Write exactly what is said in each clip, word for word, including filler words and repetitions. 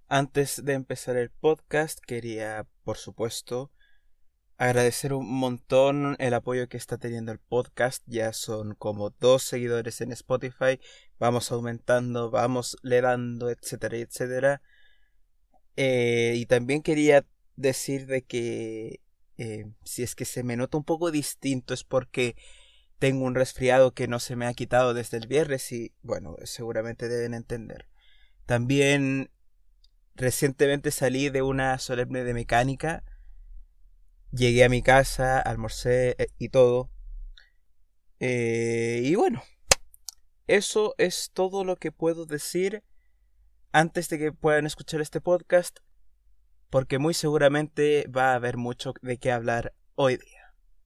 Antes de empezar el podcast, quería, por supuesto, agradecer un montón el apoyo que está teniendo el podcast. Ya son como dos seguidores en Spotify. Vamos aumentando, vamos le dando, etcétera, etcétera. Eh, y también quería decir de que eh, si es que se me nota un poco distinto es porque tengo un resfriado que no se me ha quitado desde el viernes y bueno, seguramente deben entender. También recientemente salí de una solemne de mecánica. Llegué a mi casa, almorcé eh, y todo. Eh, y bueno, eso es todo lo que puedo decir antes de que puedan escuchar este podcast, porque muy seguramente va a haber mucho de qué hablar hoy día.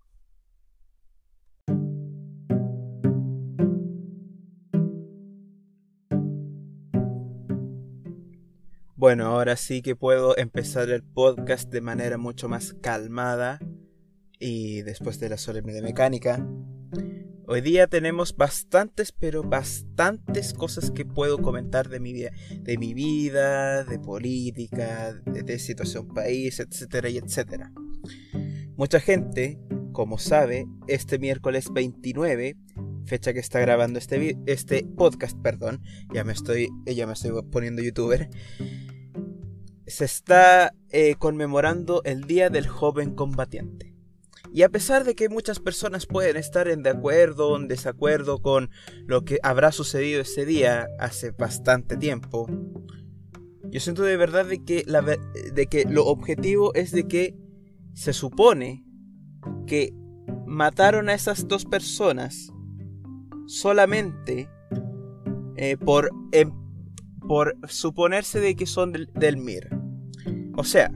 Bueno, ahora sí que puedo empezar el podcast de manera mucho más calmada y después de la solemne de mecánica. Hoy día tenemos bastantes, pero bastantes cosas que puedo comentar de mi vida, de mi vida, de política, de, de situación país, etcétera y etcétera. Mucha gente, como sabe, este miércoles veintinueve, fecha que está grabando este, este podcast, perdón, ya me estoy, ya me estoy poniendo youtuber, se está eh, conmemorando el Día del Joven Combatiente. Y a pesar de que muchas personas pueden estar en de acuerdo o en desacuerdo con lo que habrá sucedido ese día hace bastante tiempo, yo siento de verdad de que, la, de que lo objetivo es de que se supone que mataron a esas dos personas solamente eh, por, eh, por suponerse de que son del, del M I R. O sea,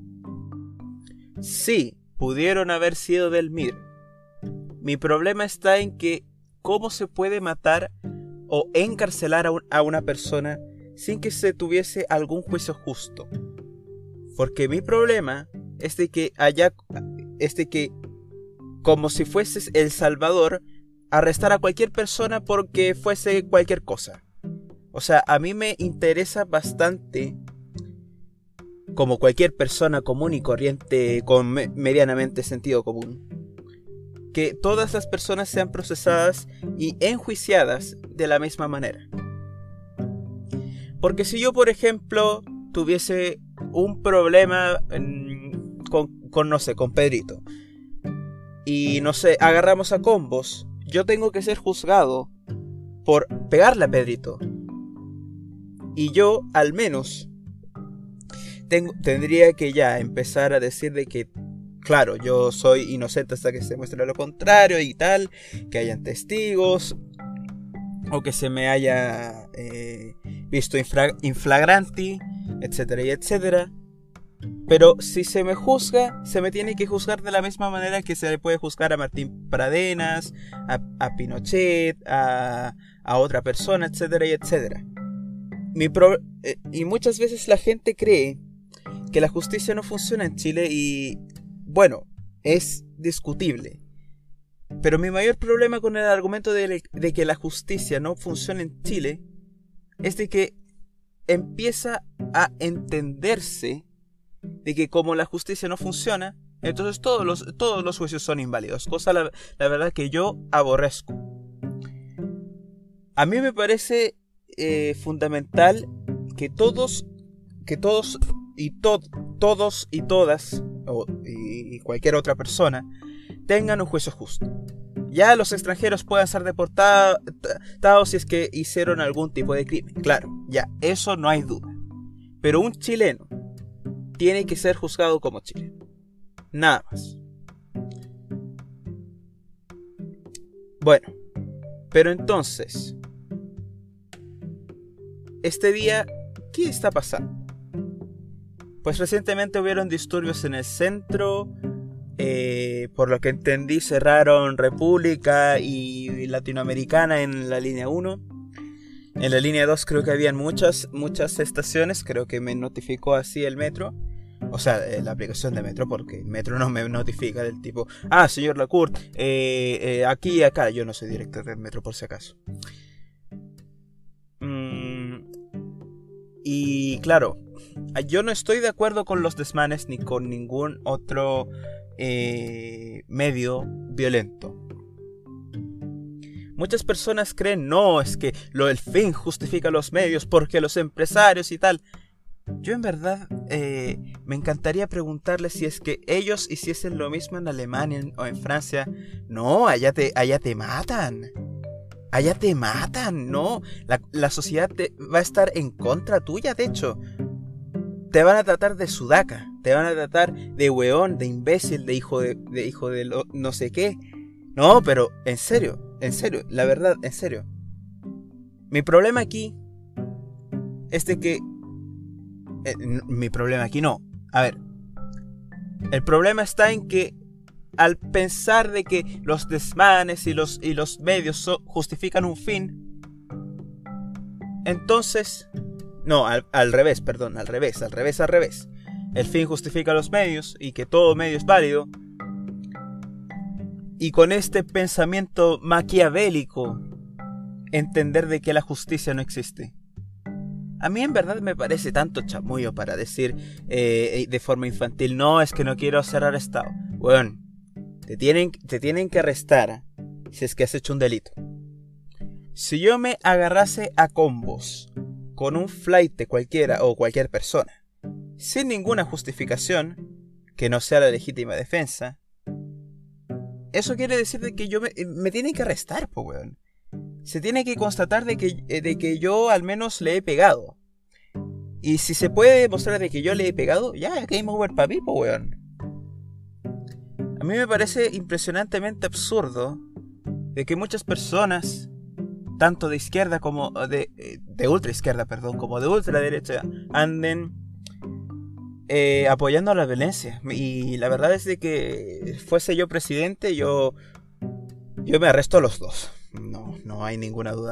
sí, pudieron haber sido del M I R. Mi problema está en que cómo se puede matar o encarcelar a, un, a una persona sin que se tuviese algún juicio justo. Porque mi problema es de que allá, es de que como si fueses El Salvador, arrestar a cualquier persona porque fuese cualquier cosa. O sea, a mí me interesa bastante, como cualquier persona común y corriente con me- medianamente sentido común, que todas las personas sean procesadas y enjuiciadas de la misma manera. Porque si yo, por ejemplo, tuviese un problema en, con, con, no sé, con Pedrito, y no sé, agarramos a combos, yo tengo que ser juzgado por pegarle a Pedrito. Y yo, al menos, tengo, tendría que ya empezar a decir de que, claro, yo soy inocente hasta que se muestre lo contrario y tal, que hayan testigos, o que se me haya eh, visto infra- inflagranti, etcétera y etcétera. Pero si se me juzga, se me tiene que juzgar de la misma manera que se le puede juzgar a Martín Pradenas, a, a Pinochet, a, a otra persona, etcétera y etcétera. Mi pro- eh, y muchas veces la gente cree que la justicia no funciona en Chile y, bueno, es discutible. Pero mi mayor problema con el argumento de, de que la justicia no funciona en Chile es de que empieza a entenderse de que como la justicia no funciona, entonces todos los, todos los juicios son inválidos, cosa la, la verdad que yo aborrezco. A mí me parece eh, fundamental que todos, que todos y to, todos y todas, o, y, y cualquier otra persona, tengan un juicio justo. Ya los extranjeros puedan ser deportados si es que hicieron algún tipo de crimen, claro, ya, eso no hay duda. Pero un chileno tiene que ser juzgado como chileno. Nada más. Bueno, pero entonces, este día, ¿qué está pasando? Pues recientemente hubieron disturbios en el centro. Eh, por lo que entendí, cerraron República y Latinoamericana en la línea uno. En la línea dos creo que habían muchas, muchas estaciones. Creo que me notificó así el metro. O sea, la aplicación de Metro, porque Metro no me notifica del tipo, ah, señor Lacourt, eh, eh, aquí y acá. Yo no soy director del Metro por si acaso. Mm, y claro, yo no estoy de acuerdo con los desmanes ni con ningún otro eh, medio violento. Muchas personas creen, no, es que lo del fin justifica los medios porque los empresarios y tal. Yo en verdad eh, me encantaría preguntarles si es que ellos hiciesen lo mismo en Alemania o en Francia. No, allá te, allá te matan. Allá te matan, no. La, la sociedad te, va a estar en contra tuya, de hecho. Te van a tratar de sudaca, te van a tratar de weón, de imbécil, de hijo de, de hijo de lo, no sé qué. No, pero en serio, en serio, la verdad, en serio. Mi problema aquí es de que... Eh, mi problema aquí no. A ver. El problema está en que al pensar de que los desmanes y los, y los medios so, justifican un fin, entonces... No, al, al revés, perdón, al revés, al revés, al revés. El fin justifica los medios y que todo medio es válido. Y con este pensamiento maquiavélico, entender de que la justicia no existe. A mí en verdad me parece tanto chamullo para decir eh, de forma infantil, no, es que no quiero ser arrestado. Bueno, te tienen, te tienen que arrestar si es que has hecho un delito. Si yo me agarrase a combos con un flaite cualquiera o cualquier persona, sin ninguna justificación, que no sea la legítima defensa, eso quiere decir de que yo me, me tienen que arrestar, po, weón. Se tiene que constatar de que, de que yo al menos le he pegado. Y si se puede demostrar de que yo le he pegado, ya, game over para mí, po, weón. A mí me parece impresionantemente absurdo de que muchas personas, tanto de izquierda como de, de ultra izquierda, perdón, como de ultra derecha, anden eh, apoyando a la violencia. Y la verdad es de que fuese yo presidente, yo, yo me arresto a los dos. No, no hay ninguna duda.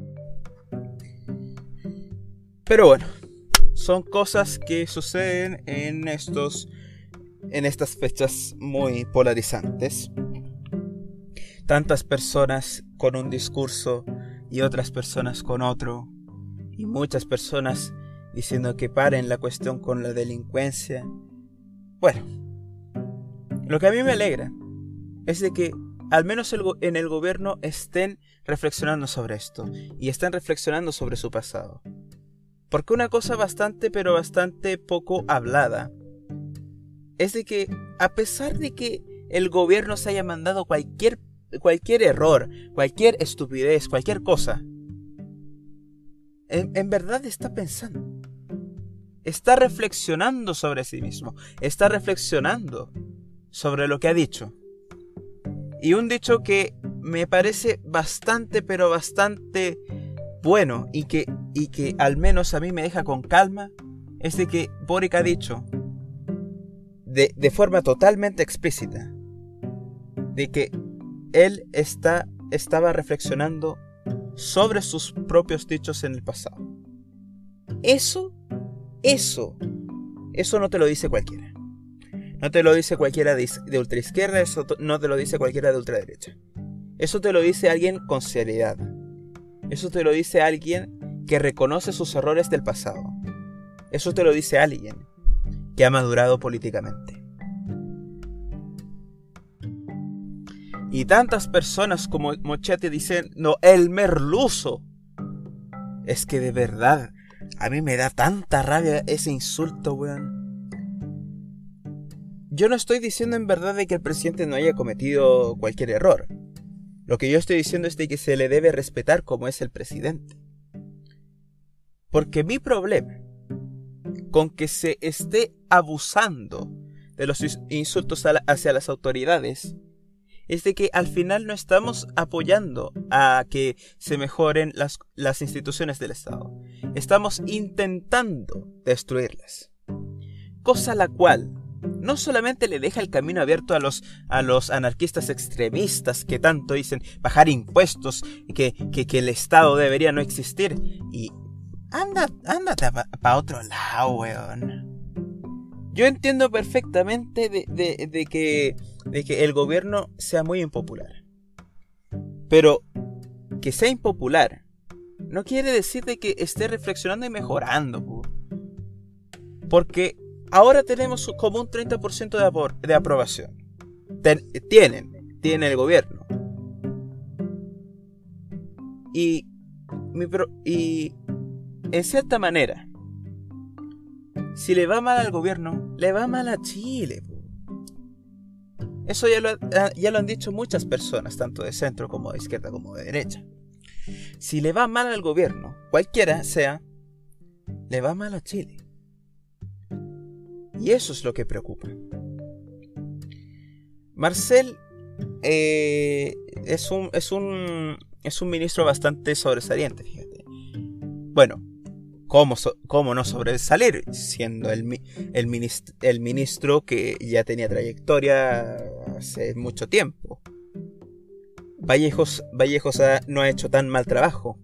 Pero bueno, son cosas que suceden en estos, en estas fechas muy polarizantes. Tantas personas con un discurso y otras personas con otro, y muchas personas diciendo que paren la cuestión con la delincuencia. Bueno, lo que a mí me alegra es de que al menos el go- en el gobierno estén reflexionando sobre esto y estén reflexionando sobre su pasado. Porque una cosa bastante pero bastante poco hablada es de que a pesar de que el gobierno se haya mandado cualquier cualquier error, cualquier estupidez, cualquier cosa, en, en verdad está pensando, está reflexionando sobre sí mismo, está reflexionando sobre lo que ha dicho. Y un dicho que me parece bastante pero bastante bueno y que, y que al menos a mí me deja con calma es de que Boric ha dicho de, de forma totalmente explícita de que él está, estaba reflexionando sobre sus propios dichos en el pasado. Eso, eso, eso no te lo dice cualquiera. No te lo dice cualquiera de, de ultraizquierda, eso no te lo dice cualquiera de ultraderecha. Eso te lo dice alguien con seriedad. Eso te lo dice alguien que reconoce sus errores del pasado. Eso te lo dice alguien que ha madurado políticamente. Y tantas personas como Mochetti dicen, no, el merluzo. Es que de verdad, a mí me da tanta rabia ese insulto, weón. Yo no estoy diciendo en verdad de que el presidente no haya cometido cualquier error. Lo que yo estoy diciendo es de que se le debe respetar como es el presidente. Porque mi problema con que se esté abusando de los insultos hacia las autoridades es de que al final no estamos apoyando a que se mejoren las, las instituciones del Estado. Estamos intentando destruirlas. Cosa la cual no solamente le deja el camino abierto a los, a los anarquistas extremistas que tanto dicen bajar impuestos y que, que, que el Estado debería no existir. Y anda, ándate para pa otro lado, weón. Yo entiendo perfectamente de, de, de, que, de que el gobierno sea muy impopular. Pero que sea impopular no quiere decir de que esté reflexionando y mejorando, po. Porque ahora tenemos como un treinta por ciento de, apro- de aprobación. Ten- tienen, tiene el gobierno. Y, mi pro- y en cierta manera, si le va mal al gobierno, le va mal a Chile. Eso ya lo, ya lo han dicho muchas personas, tanto de centro como de izquierda como de derecha. Si le va mal al gobierno, cualquiera sea, le va mal a Chile. Y eso es lo que preocupa. Marcel eh, es, un, es, un, es un ministro bastante sobresaliente, fíjate. Bueno, ¿cómo, so, cómo no sobresalir siendo el, el, ministro, el ministro que ya tenía trayectoria hace mucho tiempo? Vallejos, Vallejos ha, no ha hecho tan mal trabajo.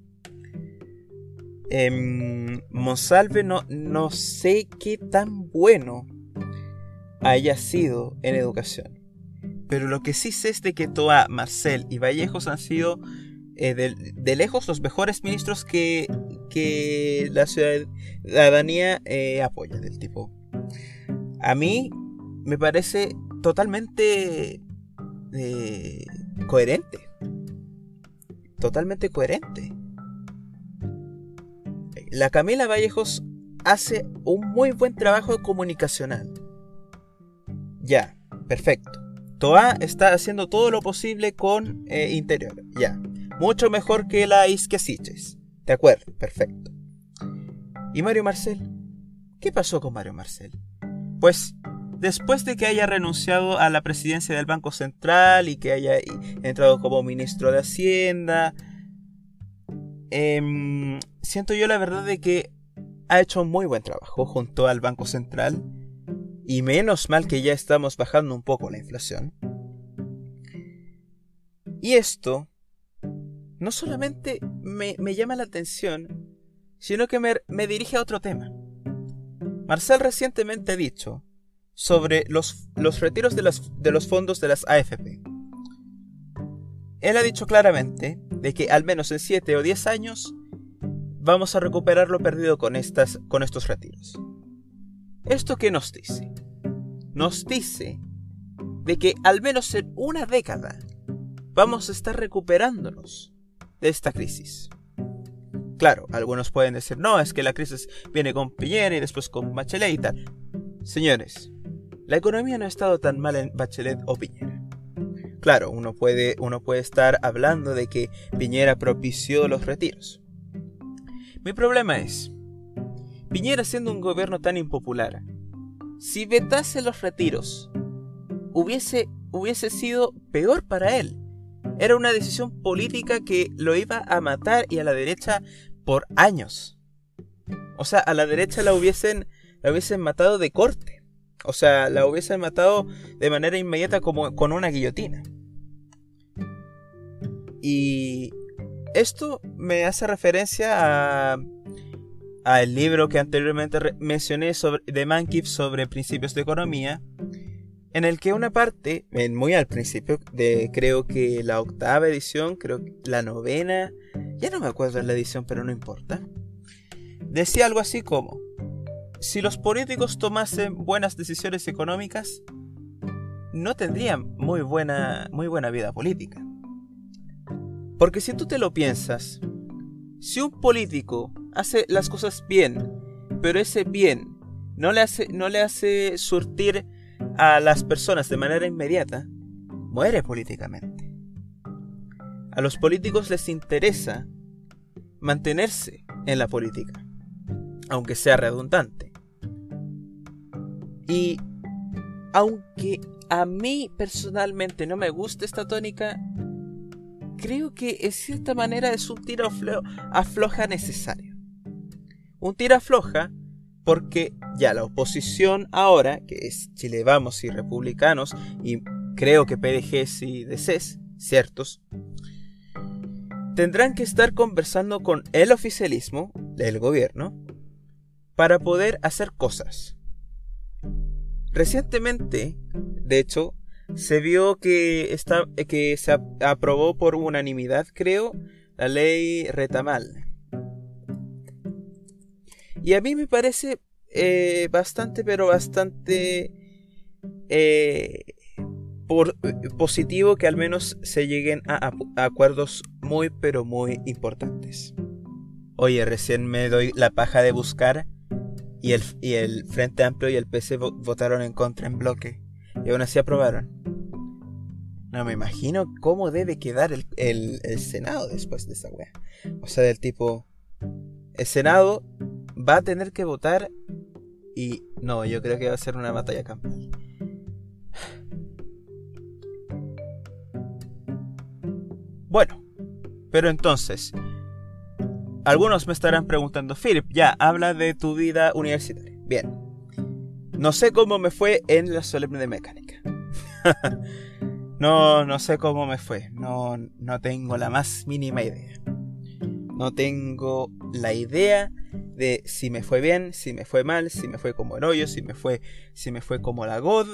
Eh, Monsalve no, no sé qué tan bueno haya sido en educación. Pero lo que sí sé es de que Toá, Marcel y Vallejos han sido eh, de, de lejos los mejores ministros que, que la ciudadanía eh, apoya del tipo. A mí me parece totalmente eh, coherente. Totalmente coherente. La Camila Vallejos hace un muy buen trabajo comunicacional. Ya, perfecto. Toá está haciendo todo lo posible con eh, Interior. Ya, mucho mejor que la Isquiasiches. De acuerdo, perfecto. ¿Y Mario Marcel? ¿Qué pasó con Mario Marcel? Pues, después de que haya renunciado a la presidencia del Banco Central y que haya entrado como ministro de Hacienda, eh, siento yo la verdad de que ha hecho un muy buen trabajo junto al Banco Central. Y menos mal que ya estamos bajando un poco la inflación. Y esto no solamente me, me llama la atención, sino que me, me dirige a otro tema. Marcel recientemente ha dicho sobre los, los retiros de, las, de los fondos de las A F P. Él ha dicho claramente de que al menos en siete o diez años vamos a recuperar lo perdido con, estas, con estos retiros. ¿Esto qué nos dice? Nos dice de que al menos en una década vamos a estar recuperándonos de esta crisis. Claro, algunos pueden decir, no, es que la crisis viene con Piñera y después con Bachelet y tal. Señores, la economía no ha estado tan mal en Bachelet o Piñera. Claro, uno puede, uno puede estar hablando de que Piñera propició los retiros. Mi problema es, Piñera siendo un gobierno tan impopular, si vetase los retiros, hubiese, hubiese sido peor para él. Era una decisión política que lo iba a matar y a la derecha por años. O sea, a la derecha la hubiesen, la hubiesen matado de corte. O sea, la hubiesen matado de manera inmediata como con una guillotina. Y esto me hace referencia a al libro que anteriormente re- mencioné sobre, de Mankiw sobre principios de economía, en el que una parte, muy al principio, de creo que la octava edición, creo que la novena, ya no me acuerdo de la edición, pero no importa, decía algo así como, si los políticos tomasen buenas decisiones económicas, no tendrían muy buena, muy buena vida política. Porque si tú te lo piensas, si un político hace las cosas bien, pero ese bien no le hace, no le hace surtir a las personas de manera inmediata, muere políticamente. A los políticos les interesa mantenerse en la política, aunque sea redundante. Y aunque a mí personalmente no me gusta esta tónica, creo que en cierta manera es un tiro afloja necesario. Un tiro afloja porque ya la oposición ahora, que es Chile Vamos y Republicanos, y creo que P D G y D C S, ciertos, tendrán que estar conversando con el oficialismo del gobierno para poder hacer cosas. Recientemente, de hecho, se vio que, está, que se aprobó por unanimidad, creo, la ley Retamal. Y a mí me parece eh, bastante, pero bastante eh, por, positivo que al menos se lleguen a, a, a acuerdos muy, pero muy importantes. Oye, recién me doy la paja de buscar y el, y el Frente Amplio y el P C votaron en contra en bloque y aún así aprobaron. No me imagino cómo debe quedar el, el, el Senado después de esa wea. O sea, del tipo, el Senado va a tener que votar y no, yo creo que va a ser una batalla campal. Bueno, pero entonces, algunos me estarán preguntando, Philip, ya, habla de tu vida universitaria. Bien, no sé cómo me fue en la solemne de mecánica. no, no sé cómo me fue, no, no tengo la más mínima idea. No tengo la idea de si me fue bien, si me fue mal, si me fue como el hoyo, si me fue, si me fue como la God.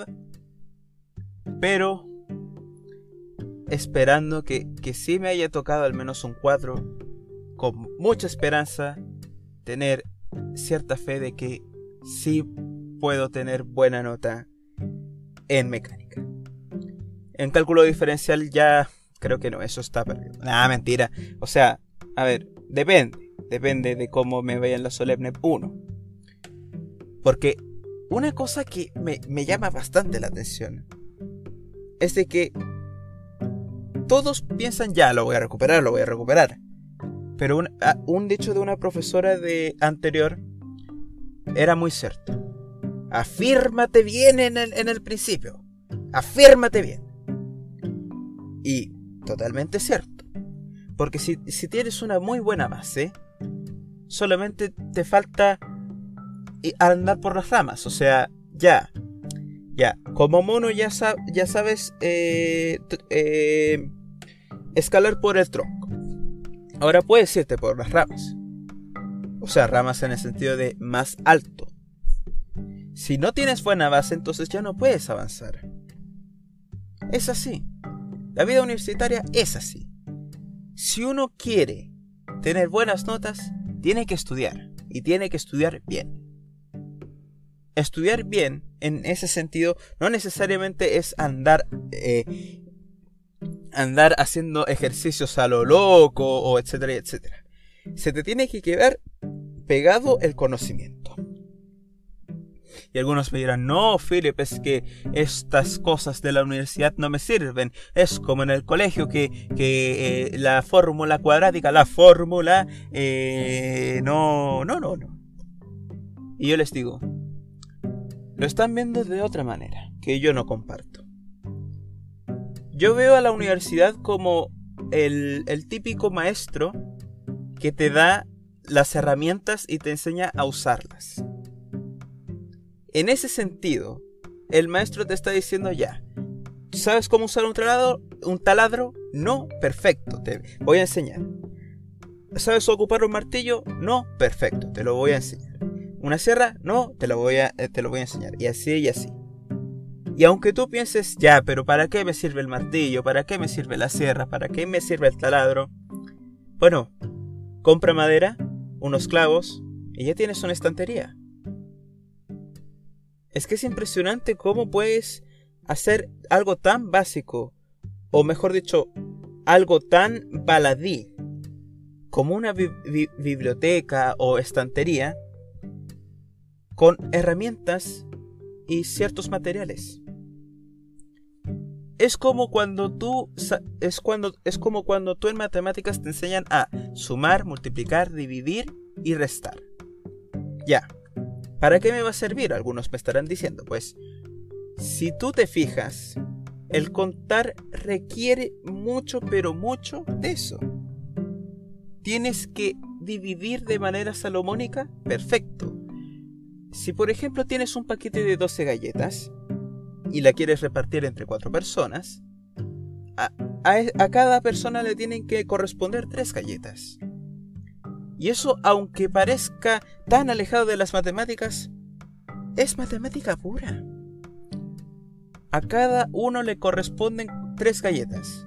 Pero esperando que, que sí me haya tocado al menos un cuatro, con mucha esperanza, tener cierta fe de que sí puedo tener buena nota en mecánica. En cálculo diferencial ya creo que no, eso está perdido. Nah, mentira. O sea, a ver, depende. Depende de cómo me vaya en la solemne uno. Porque una cosa que me, me llama bastante la atención es de que todos piensan, ya, lo voy a recuperar, lo voy a recuperar. Pero un, un dicho de una profesora de anterior era muy cierto. Afírmate bien en el, en el principio. Afírmate bien. Y totalmente cierto. Porque si, si tienes una muy buena base, solamente te falta andar por las ramas. O sea, ya. Ya. Como mono ya, sab, ya sabes eh, eh, escalar por el tronco. Ahora puedes irte por las ramas. O sea, ramas en el sentido de más alto. Si no tienes buena base, entonces ya no puedes avanzar. Es así. La vida universitaria es así. Si uno quiere tener buenas notas, tiene que estudiar. Y tiene que estudiar bien. Estudiar bien, en ese sentido, no necesariamente es andar... Eh, andar haciendo ejercicios a lo loco o etcétera, etcétera. Se te tiene que quedar pegado el conocimiento. Y algunos me dirán, no, Philip, es que estas cosas de la universidad no me sirven. Es como en el colegio que, que eh, la fórmula cuadrática, la fórmula, eh, no, no, no, no. Y yo les digo, lo están viendo de otra manera, que yo no comparto. Yo veo a la universidad como el, el típico maestro que te da las herramientas y te enseña a usarlas. En ese sentido, el maestro te está diciendo ya, ¿sabes cómo usar un taladro? ¿Un taladro? No, perfecto, te voy a enseñar. ¿Sabes ocupar un martillo? No, perfecto, te lo voy a enseñar. ¿Una sierra? No, te lo voy a, te lo voy a enseñar. Y así y así. Y aunque tú pienses, ya, pero ¿para qué me sirve el martillo? ¿Para qué me sirve la sierra? ¿Para qué me sirve el taladro? Bueno, compra madera, unos clavos y ya tienes una estantería. Es que es impresionante cómo puedes hacer algo tan básico, o mejor dicho, algo tan baladí, como una bi- bi- biblioteca o estantería, con herramientas y ciertos materiales. Es como cuando tú es cuando es como cuando tú en matemáticas te enseñan a sumar, multiplicar, dividir y restar. Ya. ¿Para qué me va a servir? Algunos me estarán diciendo, pues si tú te fijas, el contar requiere mucho, pero mucho de eso. Tienes que dividir de manera salomónica, perfecto. Si por ejemplo tienes un paquete de doce galletas y la quieres repartir entre cuatro personas, a, a, a cada persona le tienen que corresponder tres galletas. Y eso, aunque parezca tan alejado de las matemáticas, es matemática pura. A cada uno le corresponden tres galletas.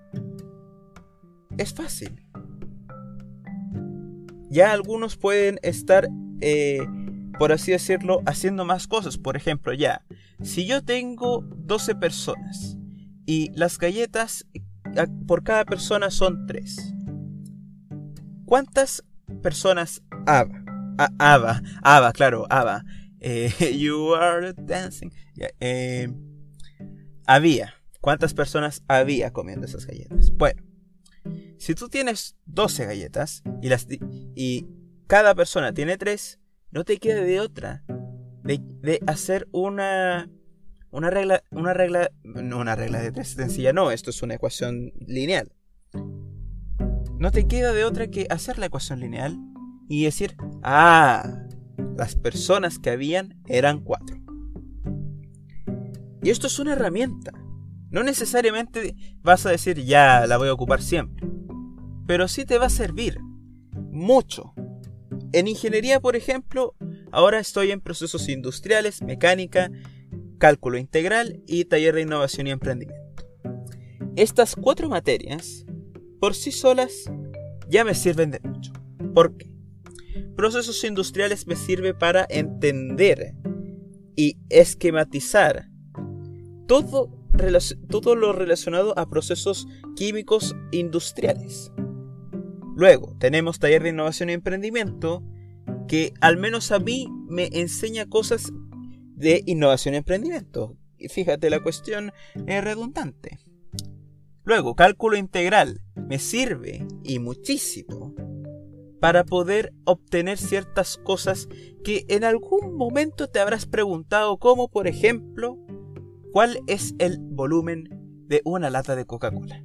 Es fácil. Ya algunos pueden estar eh, por así decirlo, haciendo más cosas. Por ejemplo, ya, si yo tengo doce personas y las galletas por cada persona son tres, ¿cuántas personas Ava? Ah, Ava, Ava, claro, Ava. Eh, you are dancing. Yeah, eh, había. ¿Cuántas personas había comiendo esas galletas? Bueno, si tú tienes doce galletas y, las, y cada persona tiene tres, no te queda de otra de, de hacer una, una regla, una regla, no una regla de tres sencilla, no, esto es una ecuación lineal. No te queda de otra que hacer la ecuación lineal y decir, ah, las personas que habían eran cuatro. Y esto es una herramienta. No necesariamente vas a decir, ya, la voy a ocupar siempre. Pero sí te va a servir mucho. En ingeniería, por ejemplo, ahora estoy en procesos industriales, mecánica, cálculo integral y taller de innovación y emprendimiento. Estas cuatro materias, por sí solas, ya me sirven de mucho. ¿Por qué? Procesos industriales me sirve para entender y esquematizar todo, todo lo relacionado a procesos químicos industriales. Luego tenemos taller de innovación y emprendimiento, que al menos a mí me enseña cosas de innovación y emprendimiento. Y fíjate, la cuestión es redundante. Luego, cálculo integral me sirve y muchísimo para poder obtener ciertas cosas que en algún momento te habrás preguntado, como por ejemplo, ¿cuál es el volumen de una lata de Coca-Cola?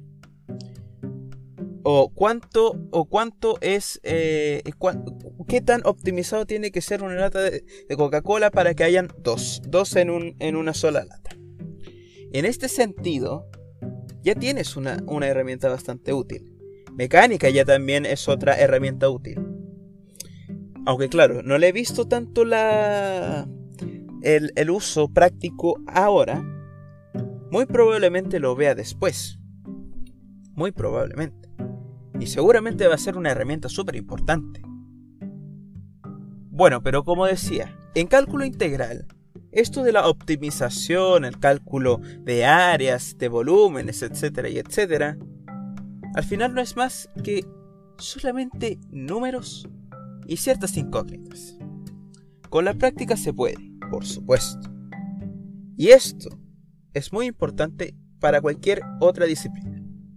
O cuánto, o cuánto es, eh, cuán, qué tan optimizado tiene que ser una lata de, de Coca-Cola para que hayan dos, dos en, un, en una sola lata. En este sentido, ya tienes una, una herramienta bastante útil. Mecánica ya también es otra herramienta útil. Aunque claro, no le he visto tanto la, el, el uso práctico ahora. Muy probablemente lo vea después. Muy probablemente. Y seguramente va a ser una herramienta súper importante. Bueno, pero como decía, en cálculo integral, esto de la optimización, el cálculo de áreas, de volúmenes, etcétera y etcétera, al final no es más que solamente números y ciertas incógnitas. Con la práctica se puede, por supuesto. Y esto es muy importante para cualquier otra disciplina.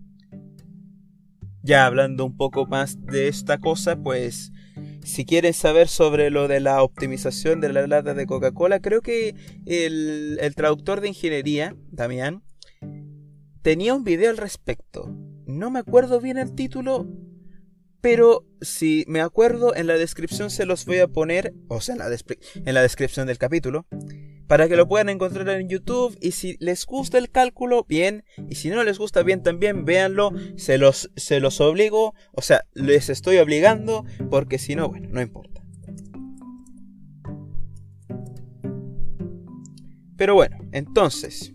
Ya hablando un poco más de esta cosa, pues si quieren saber sobre lo de la optimización de la lata de Coca-Cola, creo que el, el traductor de ingeniería, Damián, tenía un video al respecto. No me acuerdo bien el título, pero si me acuerdo, en la descripción se los voy a poner, o sea, en la, en la descripción del capítulo, para que lo puedan encontrar en YouTube. Y si les gusta el cálculo, bien, y si no les gusta, bien también, véanlo, se los, se los obligo, o sea, les estoy obligando, porque si no, bueno, no importa. Pero bueno, entonces,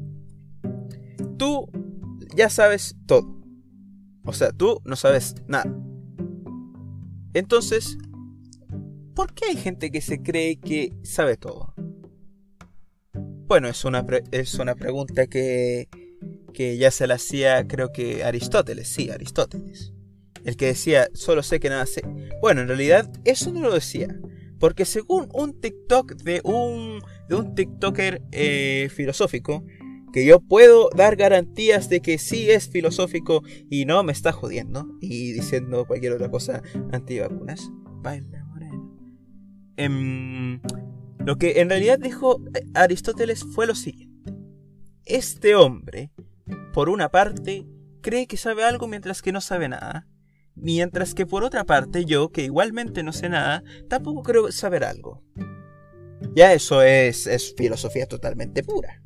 tú ya sabes todo. O sea, tú no sabes nada. Entonces, ¿por qué hay gente que se cree que sabe todo? Bueno, es una, pre- es una pregunta que, que ya se la hacía, creo que Aristóteles, sí, Aristóteles. El que decía, solo sé que nada sé. Bueno, en realidad, eso no lo decía. Porque según un TikTok de un, de un TikToker eh, filosófico, que yo puedo dar garantías de que sí es filosófico y no me está jodiendo y diciendo cualquier otra cosa antivacunas. Baila moreno. Em, lo que en realidad dijo Aristóteles fue lo siguiente. Este hombre, por una parte, cree que sabe algo mientras que no sabe nada. Mientras que por otra parte, yo, que igualmente no sé nada, tampoco creo saber algo. Ya eso es, es filosofía totalmente pura.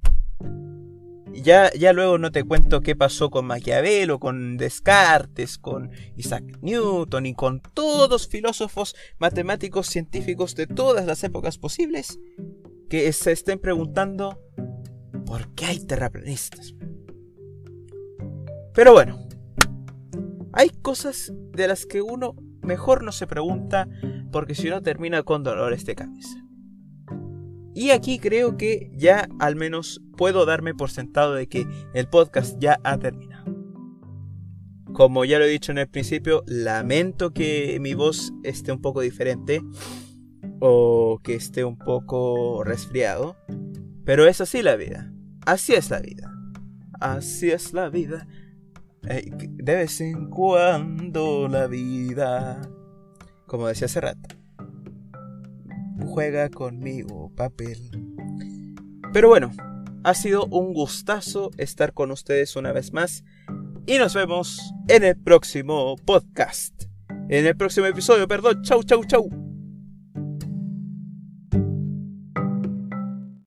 Ya, ya luego no te cuento qué pasó con Maquiavelo, con Descartes, con Isaac Newton y con todos filósofos, matemáticos, científicos de todas las épocas posibles que se estén preguntando ¿por qué hay terraplanistas? Pero bueno, hay cosas de las que uno mejor no se pregunta, porque si no termina con dolores de cabeza. Y aquí creo que ya al menos puedo darme por sentado de que el podcast ya ha terminado. Como ya lo he dicho en el principio, lamento que mi voz esté un poco diferente o que esté un poco resfriado, pero es así la vida. Así es la vida. Así es la vida. Eh, de vez en cuando la vida, como decía hace rato, juega conmigo papel. Pero bueno, ha sido un gustazo estar con ustedes una vez más. Y nos vemos en el próximo podcast. En el próximo episodio, perdón. Chau, chau, chau.